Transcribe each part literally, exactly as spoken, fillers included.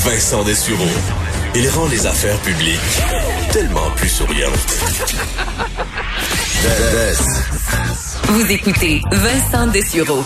Vincent Dessureau. Il rend les affaires publiques tellement plus souriantes. Vous écoutez Vincent Dessureau.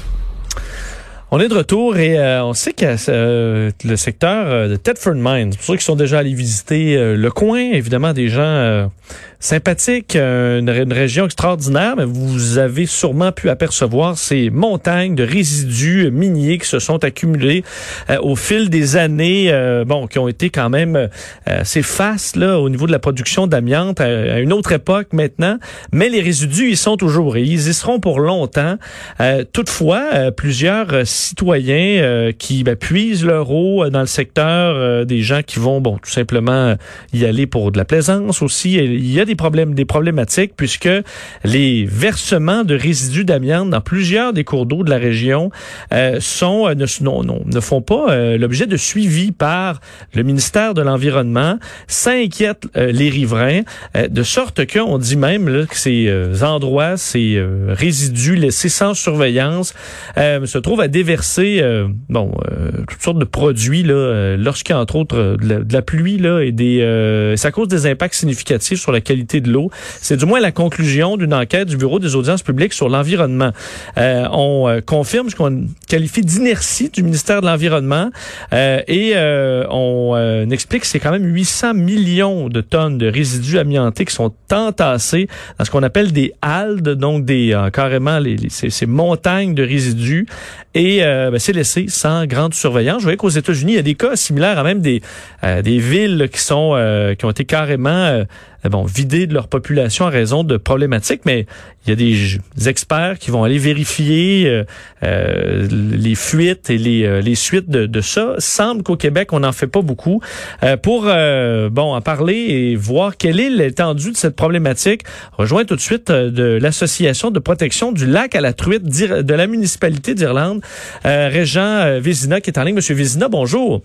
On est de retour et euh, on sait que euh, le secteur de Thetford Mines, pour ceux qui sont déjà allés visiter euh, le coin, évidemment des gens euh, sympathiques, euh, une, une région extraordinaire, mais vous avez sûrement pu apercevoir ces montagnes de résidus miniers qui se sont accumulés euh, au fil des années, euh, bon, qui ont été quand même euh, assez fastes là au niveau de la production d'amiante à, à une autre époque maintenant, mais les résidus ils sont toujours et ils y seront pour longtemps. Euh, toutefois, euh, plusieurs citoyens euh, qui ben, puisent leur eau dans le secteur, euh, des gens qui vont bon tout simplement y aller pour de la plaisance aussi. Et il y a des problèmes, des problématiques puisque les versements de résidus d'amiante dans plusieurs des cours d'eau de la région euh, sont euh, ne, non, non, ne font pas euh, l'objet de suivi par le ministère de l'Environnement. Ça inquiète euh, les riverains euh, de sorte qu'on dit même là, que ces euh, endroits, ces euh, résidus laissés sans surveillance euh, se trouvent à déverser euh, bon euh, toutes sortes de produits là euh, lorsqu'il y a entre autres euh, de, la, de la pluie là et des euh, ça cause des impacts significatifs sur la qualité de l'eau. C'est du moins la conclusion d'une enquête du Bureau des audiences publiques sur l'environnement. Euh, on euh, confirme ce qu'on qualifie d'inertie du ministère de l'Environnement euh, et euh, on euh, explique que c'est quand même huit cents millions de tonnes de résidus amiantés qui sont entassés dans ce qu'on appelle des haldes, donc des euh, carrément les, les ces, ces montagnes de résidus. Et euh, ben, c'est laissé sans grande surveillance. Je voyais qu'aux États-Unis, il y a des cas similaires à même des euh, des villes qui sont euh, qui ont été carrément euh, bon vidées de leur population à raison de problématiques. Mais il y a des, des experts qui vont aller vérifier euh, euh, les fuites et les euh, les suites de, de ça. Semble qu'au Québec, on n'en fait pas beaucoup. Euh, pour euh, bon en parler et voir quelle est l'étendue de cette problématique, rejoint tout de suite euh, de l'Association de protection du lac à la truite de la municipalité d'Irlande. Euh, Régent euh, Vézina qui est en ligne. Monsieur Vézina, bonjour.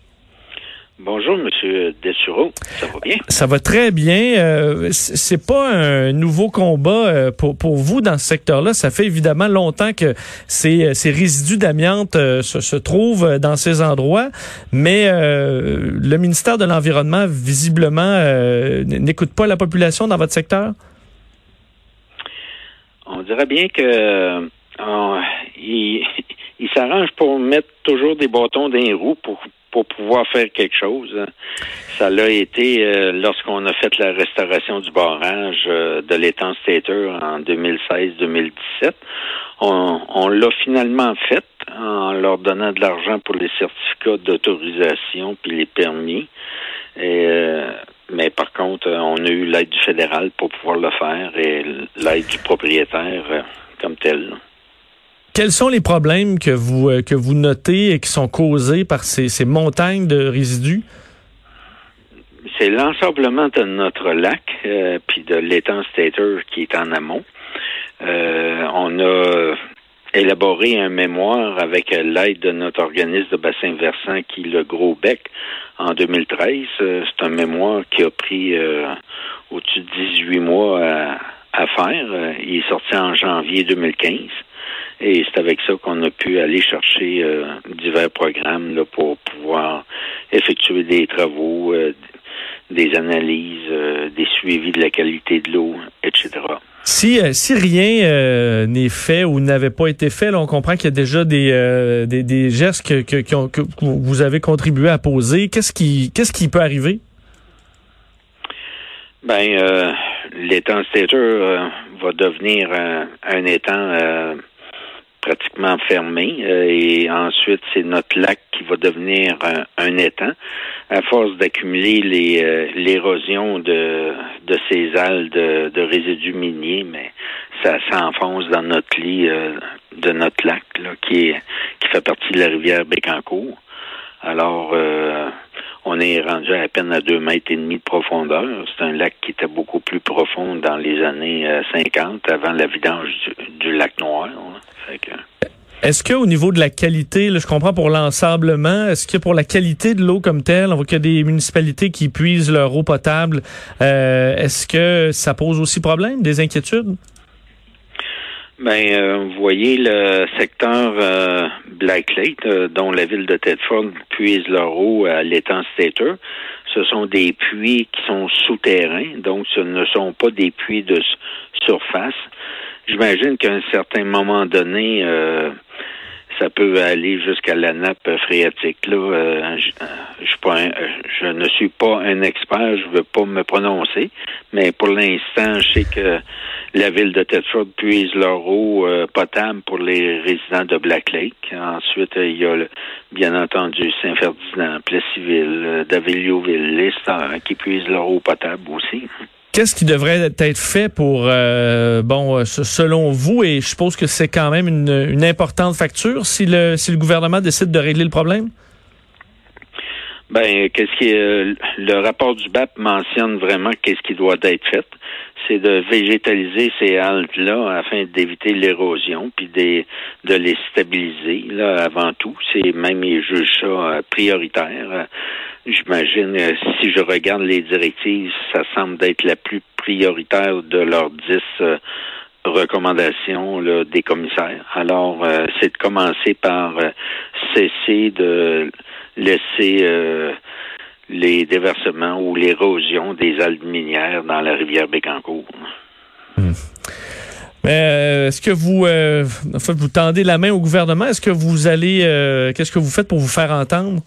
Bonjour, Monsieur Dessureau. Ça va bien? Ça va très bien. Euh, c'est pas un nouveau combat euh, pour pour vous dans ce secteur-là. Ça fait évidemment longtemps que ces, ces résidus d'amiante euh, se, se trouvent dans ces endroits, mais euh, le ministère de l'Environnement, visiblement, euh, n'écoute pas la population dans votre secteur? On dirait bien que euh, il, il s'arrange pour mettre toujours des bâtons dans les roues pour pour pouvoir faire quelque chose. Ça l'a été euh, lorsqu'on a fait la restauration du barrage euh, de l'étang Stater en deux mille seize deux mille dix-sept. On, on l'a finalement fait en leur donnant de l'argent pour les certificats d'autorisation puis les permis. Et, euh, mais par contre, on a eu l'aide du fédéral pour pouvoir le faire et l'aide du propriétaire euh, comme tel. Quels sont les problèmes que vous euh, que vous notez et qui sont causés par ces, ces montagnes de résidus? C'est l'ensablement de notre lac euh, puis de l'étang Stater qui est en amont. Euh, on a élaboré un mémoire avec l'aide de notre organisme de bassin versant qui est le Gros Bec en deux mille treize. Euh, c'est un mémoire qui a pris euh, au-dessus de dix-huit mois à, à faire. Euh, il est sorti en janvier deux mille quinze. Et c'est avec ça qu'on a pu aller chercher euh, divers programmes là, pour pouvoir effectuer des travaux, euh, des analyses, euh, des suivis de la qualité de l'eau, et cetera. Si euh, si rien euh, n'est fait ou n'avait pas été fait, là, on comprend qu'il y a déjà des euh, des, des gestes que, que, qui ont, que vous avez contribué à poser. Qu'est-ce qui qu'est-ce qui peut arriver? Ben, euh, l'étang Stater euh, va devenir un, un étang euh, pratiquement fermé euh, et ensuite c'est notre lac qui va devenir un, un étang à force d'accumuler les euh, l'érosion de de ces halles de, de résidus miniers, mais ça s'enfonce dans notre lit euh, de notre lac là, qui est qui fait partie de la rivière Bécancour. Alors euh, on est rendu à peine à deux mètres et demi de profondeur. C'est un lac qui était beaucoup plus profond dans les années euh, cinquante, avant la vidange du, du lac Noir. Hein. Fait que... Est-ce qu'au niveau de la qualité, là, je comprends pour l'ensablement, est-ce que pour la qualité de l'eau comme telle, on voit qu'il y a des municipalités qui puisent leur eau potable, euh, est-ce que ça pose aussi problème, des inquiétudes? Ben, euh, vous voyez le secteur euh, Black Lake, euh, dont la ville de Thetford puise leur eau à l'étang Stater. Ce sont des puits qui sont souterrains, donc ce ne sont pas des puits de surface. J'imagine qu'à un certain moment donné, euh, ça peut aller jusqu'à la nappe phréatique. Là, euh, je, je, suis pas un, je ne suis pas un expert, je veux pas me prononcer, mais pour l'instant, je sais que la ville de Thetford puise leur eau euh, potable pour les résidents de Black Lake. Ensuite, il y a le, bien entendu Saint-Ferdinand, Plessisville, euh, Davilliouville, les Stars qui puisent leur eau potable aussi. Qu'est-ce qui devrait être fait pour, euh, bon, selon vous, et je suppose que c'est quand même une, une importante facture si le si le gouvernement décide de régler le problème? Ben, qu'est-ce qui est, le rapport du B A P mentionne vraiment qu'est-ce qui doit être fait, c'est de végétaliser ces haltes-là afin d'éviter l'érosion, puis des, de les stabiliser. Là, avant tout, c'est même ils jugent ça prioritaire. J'imagine, si je regarde les directives, ça semble être la plus prioritaire de leurs dix euh, recommandations là, des commissaires. Alors, euh, c'est de commencer par euh, cesser de laisser euh, les déversements ou l'érosion des algues minières dans la rivière Bécancour. Hum. Mais euh, est-ce que vous, euh, en fait, vous tendez la main au gouvernement? Est-ce que vous allez, euh, qu'est-ce que vous faites pour vous faire entendre?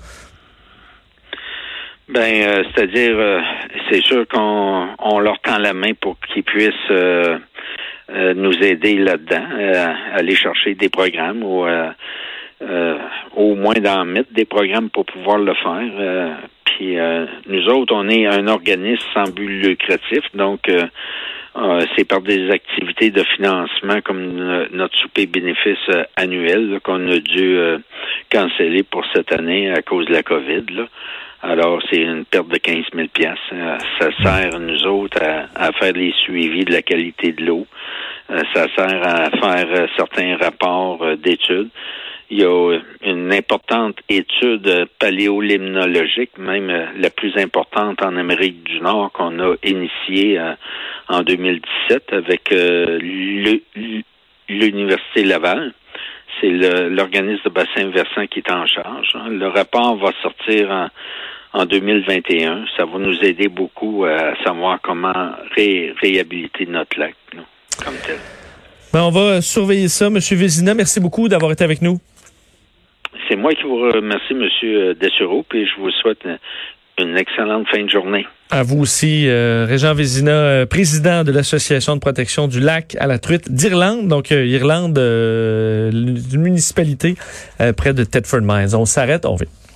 Ben, euh, c'est-à-dire, euh, c'est sûr qu'on on leur tend la main pour qu'ils puissent euh, euh, nous aider là-dedans, euh, aller chercher des programmes ou euh, euh, au moins d'en mettre des programmes pour pouvoir le faire. Euh, puis euh, nous autres, on est un organisme sans but lucratif, donc euh, euh, c'est par des activités de financement comme euh, notre souper bénéfice euh, annuel là, qu'on a dû euh, canceller pour cette année à cause de la COVID, là. Alors, c'est une perte de quinze mille piastres. Ça sert, nous autres, à, à faire les suivis de la qualité de l'eau. Ça sert à faire certains rapports d'études. Il y a une importante étude paléolimnologique, même la plus importante en Amérique du Nord, qu'on a initiée en deux mille dix-sept avec l'Université Laval. C'est le, l'organisme de bassin versant qui est en charge. Le rapport va sortir en, en deux mille vingt et un. Ça va nous aider beaucoup à savoir comment ré, réhabiliter notre lac, nous, comme tel. Ben, on va surveiller ça. Monsieur Vézina, merci beaucoup d'avoir été avec nous. C'est moi qui vous remercie, Monsieur Dessureau, puis je vous souhaite une excellente fin de journée. À vous aussi, euh, Régent Vézina, euh, président de l'Association de protection du lac à la truite d'Irlande, donc euh, Irlande, euh, une municipalité euh, près de Thetford Mines. On s'arrête, on revient.